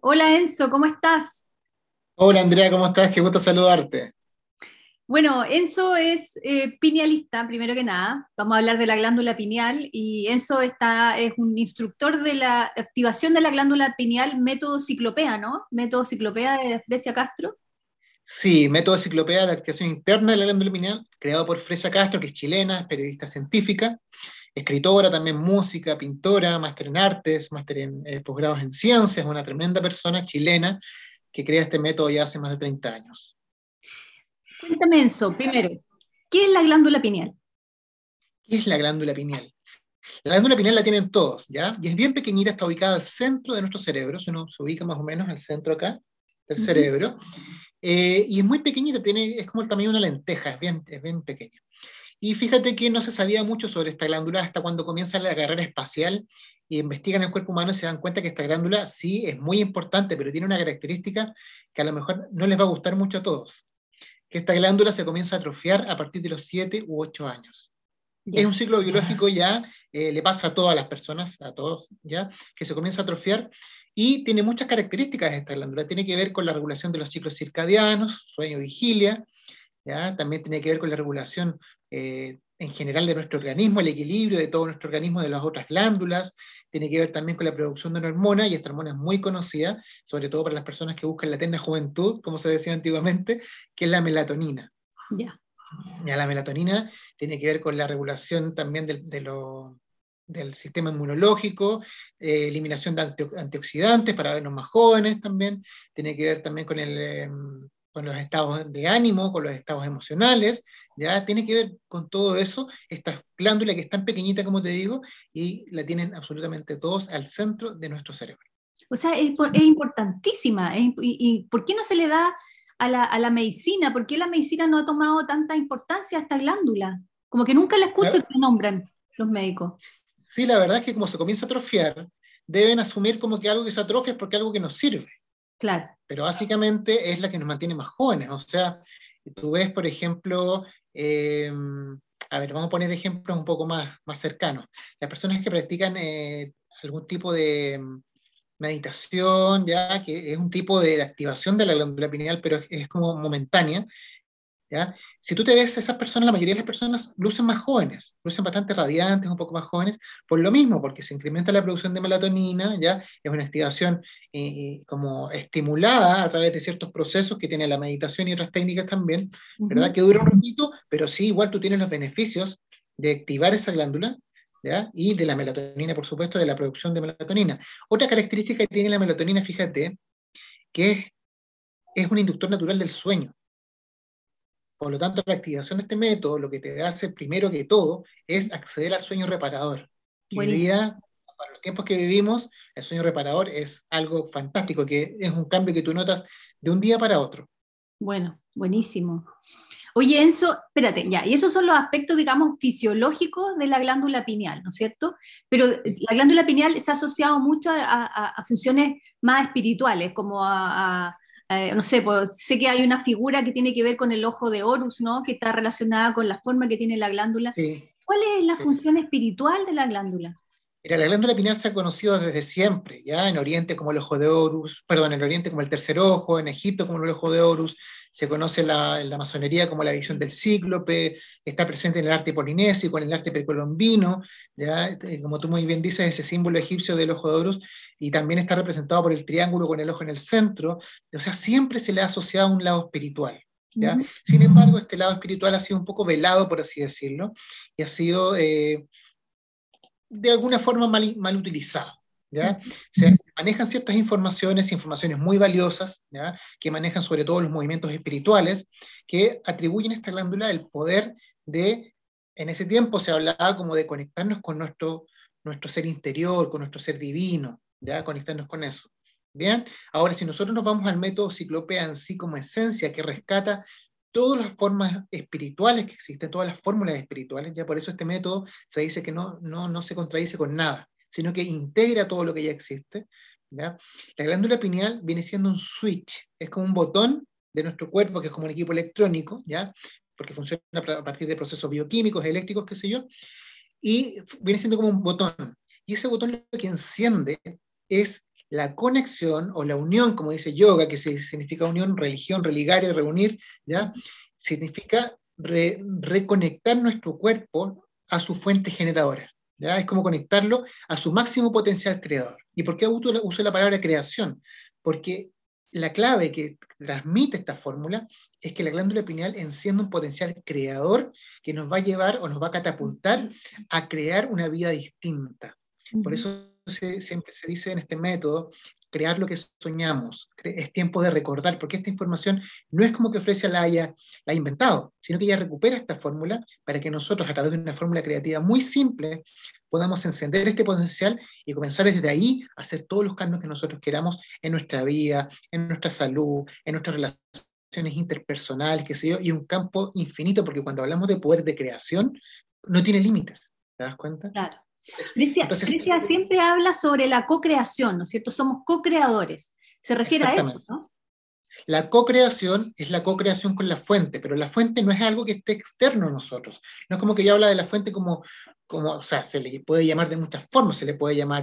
Hola Enzo, ¿cómo estás? Hola Andrea, ¿cómo estás? Qué gusto saludarte. Bueno, Enzo es pinealista, primero que nada. Vamos a hablar de la glándula pineal y Enzo es un instructor de la activación de la glándula pineal, método ciclopea, ¿no? Método ciclopea de Fresia Castro. Sí, método ciclopea de activación interna de la glándula pineal, creado por Fresa Castro, que es chilena, es periodista científica, escritora, también música, pintora, máster en artes, máster en posgrados en ciencias, una tremenda persona chilena que crea este método ya hace más de 30 años. Cuéntame, Enzo, primero, ¿qué es la glándula pineal? ¿Qué es la glándula pineal? La glándula pineal la tienen todos, ¿ya? Y es bien pequeñita, está ubicada al centro de nuestro cerebro, si uno se ubica más o menos al centro acá del Ujú. cerebro, y es muy pequeñita, es como el tamaño de una lenteja, es bien pequeña. Y fíjate que no se sabía mucho sobre esta glándula hasta cuando comienza la carrera espacial y investigan el cuerpo humano y se dan cuenta que esta glándula sí es muy importante, pero tiene una característica que a lo mejor no les va a gustar mucho a todos, que esta glándula se comienza a atrofiar a partir de los 7 u 8 años. Es un Ya. ciclo biológico ya, le pasa a todas las personas, a todos, ya, que se comienza a atrofiar y tiene muchas características esta glándula. Tiene que ver con la regulación de los ciclos circadianos, sueño-vigilia, ¿ya? También tiene que ver con la regulación en general de nuestro organismo, el equilibrio de todo nuestro organismo, de las otras glándulas, tiene que ver también con la producción de una hormona, y esta hormona es muy conocida, sobre todo para las personas que buscan la eterna juventud, como se decía antiguamente, que es la melatonina. Ya. Ya la melatonina tiene que ver con la regulación también del sistema inmunológico, eliminación de antioxidantes para vernos más jóvenes también, tiene que ver también con los estados de ánimo, con los estados emocionales, ya tiene que ver con todo eso, esta glándula que es tan pequeñita como te digo, y la tienen absolutamente todos al centro de nuestro cerebro. O sea, es importantísima. ¿Y por qué no se le da a la medicina? ¿Por qué la medicina no ha tomado tanta importancia a esta glándula? Como que nunca la escucho La- que nombran los médicos. sí, la verdad es que como se comienza a atrofiar, deben asumir como que algo que se atrofia es porque algo que nos sirve, Claro. pero básicamente es la que nos mantiene más jóvenes. O sea, tú ves, por ejemplo, a ver, vamos a poner ejemplos un poco más cercanos. Las personas que practican algún tipo de meditación, ya que es un tipo de activación de la glándula pineal, pero es como momentánea, ¿ya? Si tú te ves, esas personas, la mayoría de las personas lucen más jóvenes, lucen bastante radiantes, un poco más jóvenes, por lo mismo, porque se incrementa la producción de melatonina, ¿ya? Es una activación como estimulada a través de ciertos procesos que tiene la meditación y otras técnicas también, ¿verdad? Ujú. Que dura un ratito, pero sí, igual tú tienes los beneficios de activar esa glándula, ¿ya? Y de la melatonina, por supuesto, de la producción de melatonina. Otra característica que tiene la melatonina, fíjate, que es un inductor natural del sueño. Por lo tanto, la activación de este método lo que te hace primero que todo es acceder al sueño reparador, que hoy Buenísimo. día, para los tiempos que vivimos, el sueño reparador es algo fantástico, que es un cambio que tú notas de un día para otro. Bueno, buenísimo. Oye, Enzo, espérate, ya, y esos son los aspectos, digamos, fisiológicos de la glándula pineal, ¿no es cierto? Pero ¿Sí? la glándula pineal se ha asociado mucho a funciones más espirituales, como no sé, pues sé que hay una figura que tiene que ver con el ojo de Horus, ¿no? Que está relacionada con la forma que tiene la glándula. Sí, ¿Cuál es la sí. función espiritual de la glándula? Mira, la glándula pineal se ha conocido desde siempre, ya en Oriente como el ojo de Horus, perdón, en Oriente como el tercer ojo, en Egipto como el ojo de Horus, se conoce en la masonería como la visión del cíclope, está presente en el arte polinésico, en el arte precolombino, ya, como tú muy bien dices, ese símbolo egipcio del ojo de Horus, y también está representado por el triángulo con el ojo en el centro, o sea, siempre se le ha asociado un lado espiritual. ¿Ya? Ujú. Sin embargo, este lado espiritual ha sido un poco velado, por así decirlo, y ha sido de alguna forma mal utilizado. ¿Ya? Se manejan ciertas informaciones muy valiosas, ¿ya? Que manejan sobre todo los movimientos espirituales, que atribuyen a esta glándula el poder de, en ese tiempo se hablaba como de conectarnos con nuestro ser interior, con nuestro ser divino, ¿ya? Conectarnos con eso. Bien, ahora si nosotros nos vamos al método ciclopea en sí como esencia, que rescata todas las formas espirituales que existen, todas las fórmulas espirituales, ya por eso este método se dice que no se contradice con nada, sino que integra todo lo que ya existe. ¿Ya? La glándula pineal viene siendo un switch, es como un botón de nuestro cuerpo, que es como un equipo electrónico, ¿ya? Porque funciona a partir de procesos bioquímicos, eléctricos, qué sé yo, y viene siendo como un botón. Y ese botón lo que enciende es la conexión o la unión, como dice yoga, que significa unión, religión, religar y reunir, ¿ya? Significa reconectar nuestro cuerpo a su fuente generadora. ¿Ya? Es como conectarlo a su máximo potencial creador. ¿Y por qué uso la palabra creación? Porque la clave que transmite esta fórmula es que la glándula pineal enciende un potencial creador que nos va a llevar o nos va a catapultar a crear una vida distinta. Por eso siempre se dice en este método, crear lo que soñamos. Es tiempo de recordar, porque esta información no es como que Fresia la haya inventado, sino que ella recupera esta fórmula para que nosotros, a través de una fórmula creativa muy simple, podamos encender este potencial y comenzar desde ahí a hacer todos los cambios que nosotros queramos en nuestra vida, en nuestra salud, en nuestras relaciones interpersonales, qué sé yo, y un campo infinito, porque cuando hablamos de poder de creación, no tiene límites. ¿Te das cuenta? Claro. Fresia siempre habla sobre la co-creación, ¿no es cierto? Somos co-creadores. Se refiere a eso, ¿no? La co-creación es la co-creación con la fuente, pero la fuente no es algo que esté externo a nosotros. No es como que yo habla de la fuente o sea, se le puede llamar de muchas formas, se le puede llamar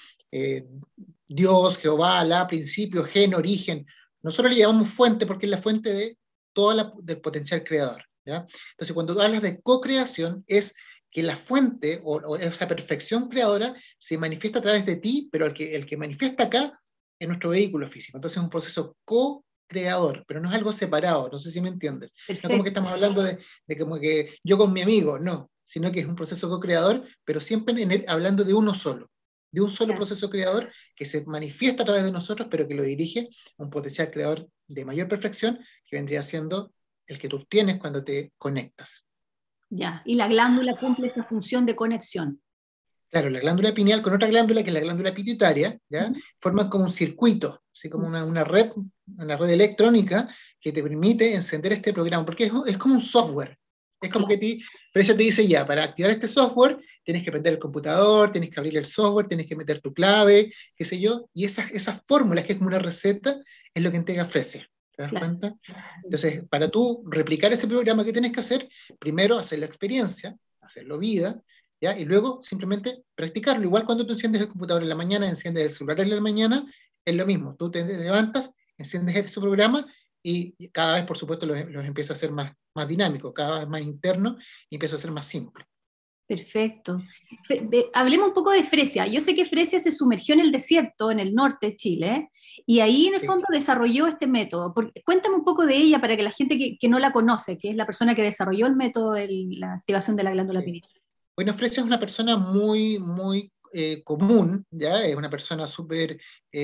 Dios, Jehová, Alá, principio, gen, origen. Nosotros le llamamos fuente porque es la fuente de del potencial creador. ¿Ya? Entonces, cuando tú hablas de co-creación, es que la fuente o esa perfección creadora se manifiesta a través de ti, pero el que manifiesta acá es nuestro vehículo físico. Entonces es un proceso co-creador, pero no es algo separado, no sé si me entiendes. Perfecto. No como que estamos hablando de como que yo con mi amigo, no, sino que es un proceso co-creador, pero siempre hablando de uno solo, de un solo proceso creador que se manifiesta a través de nosotros, pero que lo dirige un potencial creador de mayor perfección, que vendría siendo el que tú tienes cuando te conectas. Ya, y la glándula cumple esa función de conexión. Claro, la glándula pineal con otra glándula, que es la glándula pituitaria, ¿ya? Forman como un circuito, así como una red electrónica que te permite encender este programa, porque es como un software. Es como que Fresia te dice ya, para activar este software tienes que prender el computador, tienes que abrir el software, tienes que meter tu clave, qué sé yo, y esas fórmulas, que es como una receta, es lo que entrega Fresia. ¿Te das cuenta? Entonces, para tú replicar ese programa, ¿qué tienes que hacer? Primero, hacer la experiencia, hacerlo vida, ¿ya? Y luego simplemente practicarlo. Igual cuando tú enciendes el computador en la mañana, enciendes el celular en la mañana, es lo mismo. Tú te levantas, enciendes ese programa y cada vez, por supuesto, los empieza a hacer más dinámico, cada vez más interno y empieza a ser más simple. Perfecto. Hablemos un poco de Fresia. Yo sé que Fresia se sumergió en el desierto, en el norte de Chile, y ahí en el fondo desarrolló este método. Cuéntame un poco de ella para que la gente que no la conoce, que es la persona que desarrolló el método de la activación de la glándula pineal. Bueno, Fresia es una persona muy, muy común, ¿ya? Es una persona súper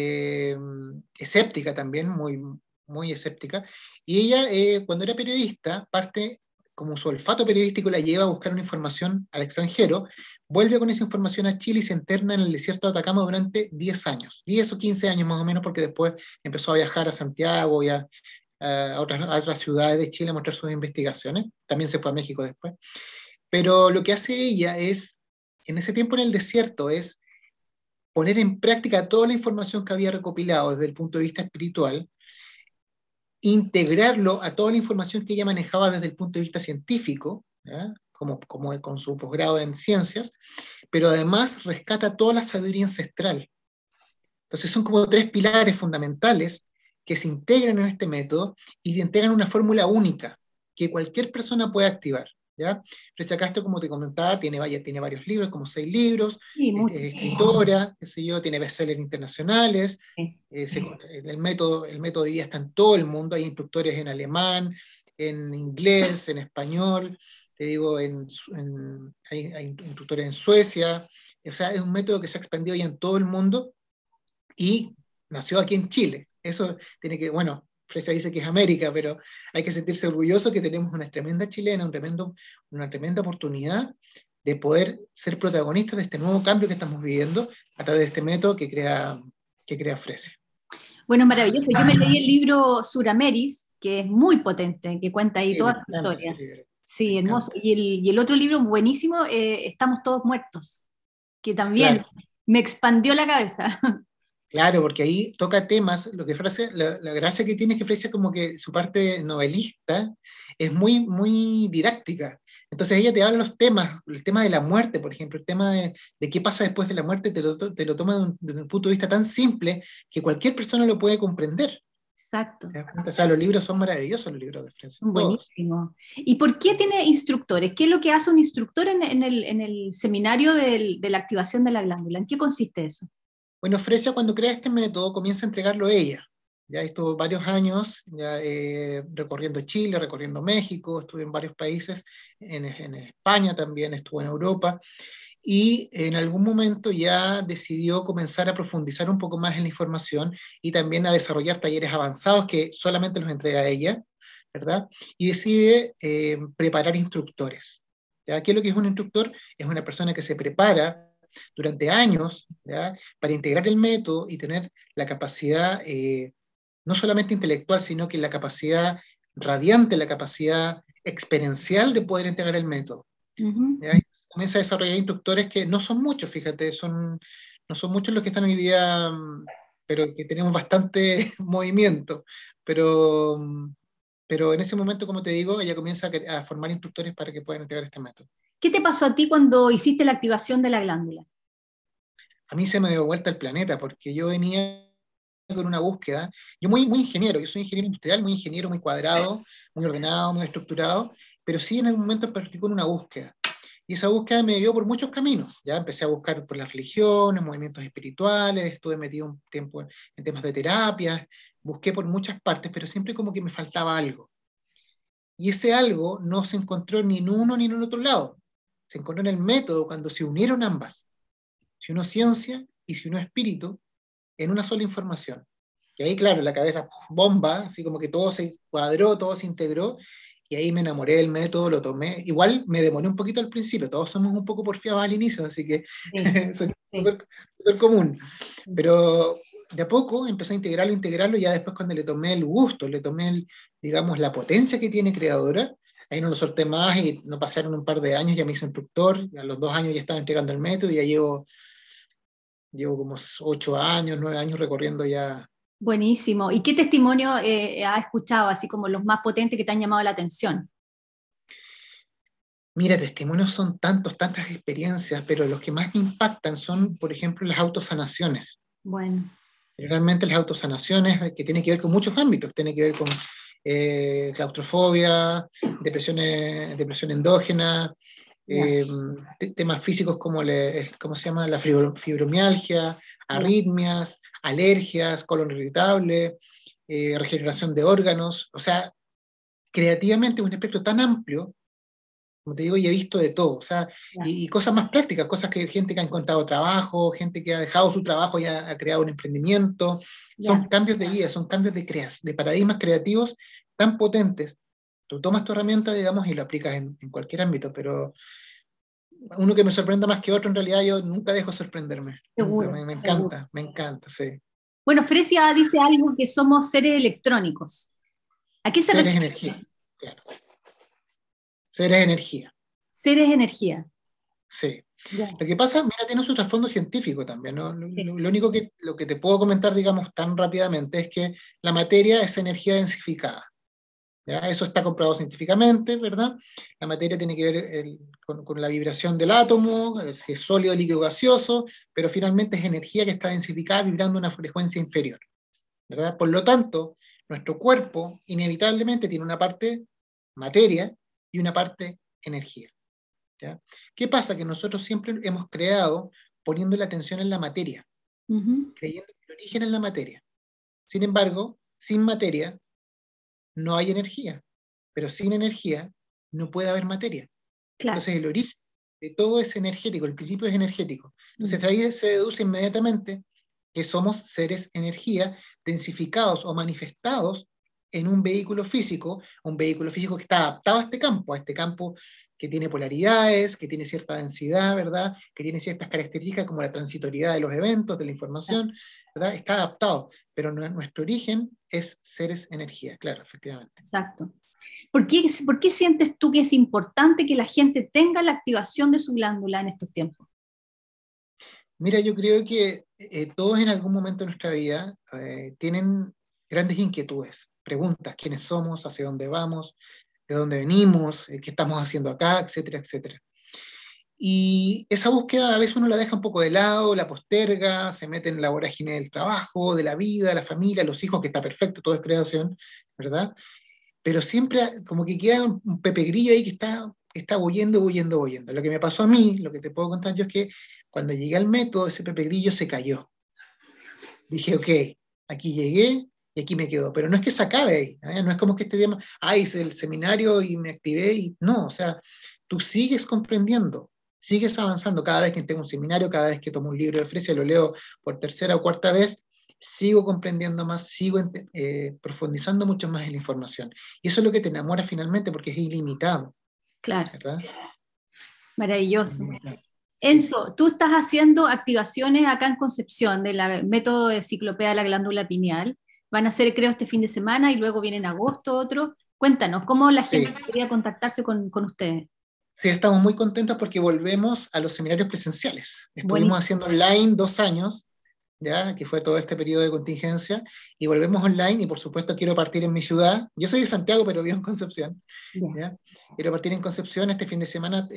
escéptica también, muy, muy escéptica. Y ella, cuando era periodista, parte, como su olfato periodístico la lleva a buscar una información al extranjero, vuelve con esa información a Chile y se interna en el desierto de Atacama durante 10 años, 10 o 15 años más o menos, porque después empezó a viajar a Santiago y a otras ciudades de Chile a mostrar sus investigaciones. También se fue a México después. Pero lo que hace ella es, en ese tiempo en el desierto, es poner en práctica toda la información que había recopilado desde el punto de vista espiritual, integrarlo a toda la información que ella manejaba desde el punto de vista científico, ¿ya? Como con su posgrado en ciencias, pero además rescata toda la sabiduría ancestral. Entonces son como 3 pilares fundamentales que se integran en este método y integran una fórmula única que cualquier persona puede activar. ¿Ya? Fresia Castro, como te comentaba, tiene varios libros, como 6 libros, es escritora, qué sé yo, tiene bestsellers internacionales, el método hoy día está en todo el mundo, hay instructores en alemán, en inglés, en español, te digo, hay instructores en Suecia, o sea, es un método que se ha expandido ya en todo el mundo y nació aquí en Chile. Eso tiene que, bueno, Fresia dice que es América, pero hay que sentirse orgulloso que tenemos una tremenda chilena, una tremenda oportunidad de poder ser protagonistas de este nuevo cambio que estamos viviendo a través de este método que crea Fresia. Bueno, maravilloso. Yo me leí el libro Surameris, que es muy potente, que cuenta ahí toda su historia. Sí, hermoso. Y el otro libro buenísimo, Estamos todos muertos, que también me expandió la cabeza. Claro, porque ahí toca temas, lo que Fresia, la gracia que tiene es que Fresia como que su parte novelista es muy, muy didáctica. Entonces ella te habla los temas, el tema de la muerte, por ejemplo, el tema de qué pasa después de la muerte, te lo toma desde un punto de vista tan simple que cualquier persona lo puede comprender. Exacto. ¿Te das cuenta? O sea, los libros son maravillosos, los libros de Francia, todos. Buenísimo. ¿Y por qué tiene instructores? ¿Qué es lo que hace un instructor en el seminario de la activación de la glándula? ¿En qué consiste eso? Bueno, Fresia cuando crea este método comienza a entregarlo ella. Ya estuvo varios años ya, recorriendo Chile, recorriendo México, estuvo en varios países, en España también, estuvo en Europa, y en algún momento ya decidió comenzar a profundizar un poco más en la información y también a desarrollar talleres avanzados que solamente los entrega ella, ¿verdad? Y decide preparar instructores. ¿Ya? ¿Qué es lo que es un instructor? Es una persona que se prepara durante años, ¿ya? Para integrar el método y tener la capacidad, no solamente intelectual, sino que la capacidad radiante, la capacidad experiencial de poder integrar el método. Ujú. ¿Ya? Y comienza a desarrollar instructores que no son muchos, fíjate, no son muchos los que están hoy día, pero que tenemos bastante movimiento. Pero, pero en ese momento, como te digo, ella comienza a formar instructores para que puedan integrar este método. ¿Qué te pasó a ti cuando hiciste la activación de la glándula? A mí se me dio vuelta el planeta, porque yo venía con una búsqueda, yo muy ingeniero, yo soy ingeniero industrial, muy ingeniero, muy cuadrado, muy ordenado, muy estructurado, pero sí en algún momento partí con una búsqueda. Y esa búsqueda me dio por muchos caminos. Ya empecé a buscar por las religiones, movimientos espirituales, estuve metido un tiempo en temas de terapias, busqué por muchas partes, pero siempre como que me faltaba algo. Y ese algo no se encontró ni en uno ni en el otro lado. Se encontró en el método cuando se unieron ambas. Si uno ciencia y si uno espíritu, en una sola información. Y ahí, claro, la cabeza bomba, así como que todo se cuadró, todo se integró, y ahí me enamoré del método, lo tomé. Igual me demoré un poquito al principio, todos somos un poco porfiados al inicio, así que Sí, eso es sí. súper común. Pero de a poco empecé a integrarlo, y ya después cuando le tomé el gusto, le tomé, digamos, la potencia que tiene creadora, ahí no lo solté más y no pasaron un par de años, ya me hice instructor, a los 2 años ya estaba entregando el método y ya llevo como 8 años, 9 años recorriendo ya. Buenísimo. ¿Y qué testimonio has escuchado, así como los más potentes que te han llamado la atención? Mira, testimonios son tantos, tantas experiencias, pero los que más me impactan son, por ejemplo, las autosanaciones. Bueno, Realmente las autosanaciones que tienen que ver con muchos ámbitos, tiene que ver con claustrofobia, depresión endógena, ya, eh, temas físicos como ¿cómo se llama? La fibromialgia, ya. arritmias, alergias, colon irritable, regeneración de órganos. O sea, creativamente es un espectro tan amplio, como te digo, y he visto de todo, o sea, Ya, y cosas más prácticas, cosas que gente que ha encontrado trabajo, gente que ha dejado su trabajo y ha creado un emprendimiento, son ya. cambios de vida, son cambios de paradigmas creativos tan potentes. Tú tomas tu herramienta, digamos, y lo aplicas en cualquier ámbito, pero uno que me sorprenda más que otro, en realidad yo nunca dejo sorprenderme, nunca, Seguro, me seguro. encanta, me encanta, sí. Bueno, Fresia dice algo que somos seres electrónicos. ¿A qué se Seres refiere? energía, claro, seres energía, Seres energía. sí. Ya, Lo que pasa, mira, tiene su trasfondo científico también, ¿no? sí, Lo único lo que te puedo comentar, digamos, tan rápidamente es que la materia es energía densificada. ¿Ya? Eso está comprobado científicamente, ¿verdad? La materia tiene que ver con la vibración del átomo, si es sólido, líquido, gaseoso, pero finalmente es energía que está densificada vibrando a una frecuencia inferior, ¿verdad? Por lo tanto, nuestro cuerpo inevitablemente tiene una parte materia y una parte energía. ¿Ya? ¿Qué pasa? Que nosotros siempre hemos creado poniendo la atención en la materia, ujú, creyendo que el origen es la materia. Sin embargo, sin materia no hay energía, pero sin energía no puede haber materia. claro. Entonces el origen de todo es energético, el principio es energético. Mm. Entonces ahí se deduce inmediatamente que somos seres energía densificados o manifestados en un vehículo físico que está adaptado a este campo que tiene polaridades, que tiene cierta densidad, ¿verdad? Que tiene ciertas características como la transitoriedad de los eventos, de la Claro, información, ¿verdad? Está adaptado, pero nuestro origen es seres energía, claro, efectivamente. exacto. Por qué sientes tú que es importante que la gente tenga la activación de su glándula en estos tiempos? Mira, yo creo que todos en algún momento de nuestra vida tienen grandes inquietudes, preguntas, quiénes somos, hacia dónde vamos. de dónde venimos, qué estamos haciendo acá, etcétera, etcétera. Y esa búsqueda a veces uno la deja un poco de lado, la posterga, se mete en la vorágine del trabajo, de la vida, la familia, los hijos, que está perfecto, todo es creación, ¿verdad? Pero siempre como que queda un Pepe Grillo ahí que está huyendo, huyendo, huyendo. Lo que me pasó a mí, lo que te puedo contar yo es que cuando llegué al método, ese Pepe Grillo se cayó. Dije, ok, aquí llegué y aquí me quedo. Pero no es que se acabe ahí, ¿eh? No es como que este día, hice el seminario y me activé y no, o sea, tú sigues comprendiendo, sigues avanzando. Cada vez que tengo un seminario, cada vez que tomo un libro de Fresia, lo leo por tercera o cuarta vez, sigo comprendiendo más, sigo profundizando mucho más en la información. Y eso es lo que te enamora finalmente porque es ilimitado, Claro, ¿verdad? maravilloso. Ilimitado. Sí. Enzo, tú estás haciendo activaciones acá en Concepción del método de ciclopea de la glándula pineal. Van a ser, creo, este fin de semana y luego viene en agosto otro. Cuéntanos, ¿cómo la Sí. gente podría contactarse con ustedes? Sí, estamos muy contentos porque volvemos a los seminarios presenciales. Estuvimos Buenísimo. haciendo online 2 años, ya, que fue todo este periodo de contingencia, y volvemos online, y por supuesto quiero partir en mi ciudad. Yo soy de Santiago, pero vivo en Concepción, Ya. ¿ya? Quiero partir en Concepción este fin de semana.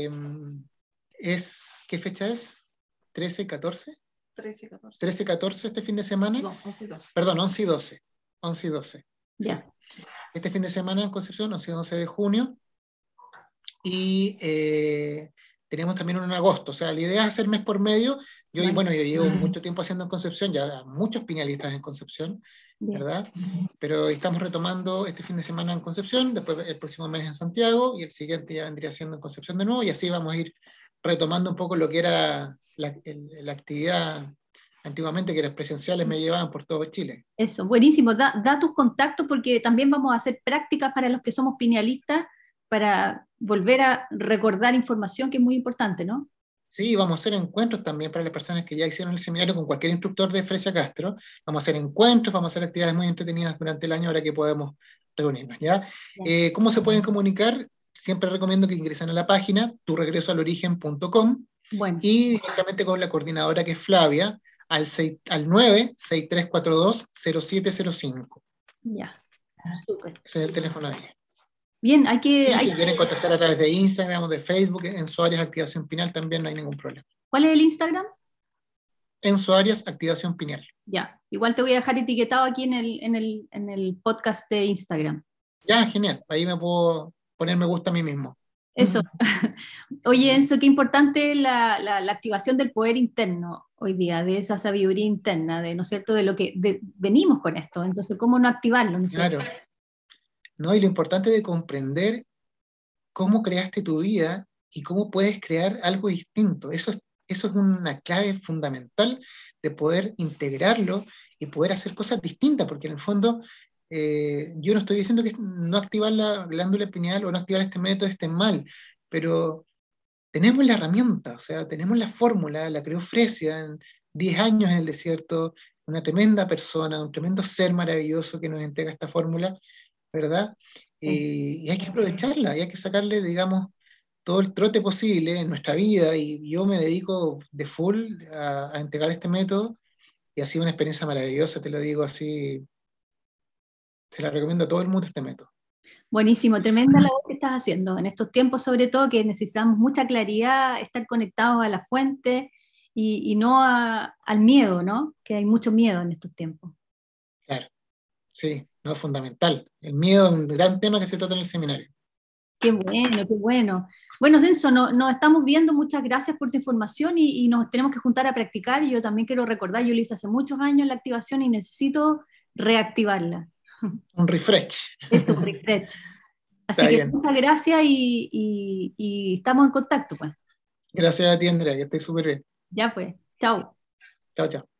¿Qué fecha es? ¿13, 14? 13, 14. 13, 14 este fin de semana. No, 11 y 12. Perdón, 11 y 12. 11 y 12. Sí. Ya. Este fin de semana en Concepción, 11 y 12 de junio. Y tenemos también uno en agosto. O sea, la idea es hacer mes por medio. Yo llevo mucho tiempo haciendo en Concepción, ya muchos pinealistas en Concepción, Bien. ¿verdad? Pero estamos retomando este fin de semana en Concepción, después el próximo mes en Santiago, y el siguiente ya vendría siendo en Concepción de nuevo, y así vamos a ir retomando un poco lo que era la actividad antiguamente, que eran presenciales, me llevaban por todo Chile. Eso, buenísimo. Da tus contactos porque también vamos a hacer prácticas para los que somos pinealistas para volver a recordar información que es muy importante, ¿no? Sí, vamos a hacer encuentros también para las personas que ya hicieron el seminario con cualquier instructor de Fresia Castro. Vamos a hacer encuentros, vamos a hacer actividades muy entretenidas durante el año ahora que podemos reunirnos, ¿ya? ¿Cómo se pueden comunicar? Siempre recomiendo que ingresen a la página turegresoalorigen.com Bueno, y directamente con la coordinadora que es Flavia al 963420705. ya. Súper. Ese es el teléfono de ella. Bien, Y si quieren contactar a través de Instagram o de Facebook, en su área de activación pineal también no hay ningún problema. ¿Cuál es el Instagram? En su área activación pineal. Ya, igual te voy a dejar etiquetado aquí en el podcast de Instagram. Ya, genial. Ahí me puedo poner me gusta a mí mismo. Eso. Oye, Enzo, qué importante es la activación del poder interno hoy día, de esa sabiduría interna, ¿no es cierto?, de lo que venimos con esto. Entonces, ¿cómo no activarlo? ¿No es cierto? Claro. No, y lo importante de comprender cómo creaste tu vida y cómo puedes crear algo distinto. Eso es una clave fundamental de poder integrarlo y poder hacer cosas distintas, porque en el fondo yo no estoy diciendo que no activar la glándula pineal o no activar este método esté mal, pero tenemos la herramienta, o sea, tenemos la fórmula, la creó Fresia en 10 años en el desierto, una tremenda persona, un tremendo ser maravilloso que nos entrega esta fórmula, ¿verdad? Y hay que aprovecharla, y hay que sacarle, digamos, todo el trote posible en nuestra vida, y yo me dedico de full a entregar este método, y ha sido una experiencia maravillosa, te lo digo así, se la recomiendo a todo el mundo este método. Buenísimo, tremenda labor que estás haciendo. En estos tiempos, sobre todo, que necesitamos mucha claridad, estar conectados a la fuente y no al miedo, ¿no? Que hay mucho miedo en estos tiempos. Claro, sí, no es fundamental. El miedo es un gran tema que se trata en el seminario. Qué bueno, qué bueno. Bueno, Denso, nos estamos viendo, muchas gracias por tu información y nos tenemos que juntar a practicar. Y yo también quiero recordar, yo lo hice hace muchos años la activación y necesito reactivarla. Un refresh. Eso, refresh. Así Está que bien. muchas gracias y estamos en contacto, pues. Gracias a ti, Andrea, que estés súper bien. Ya pues, chao. Chao, chao.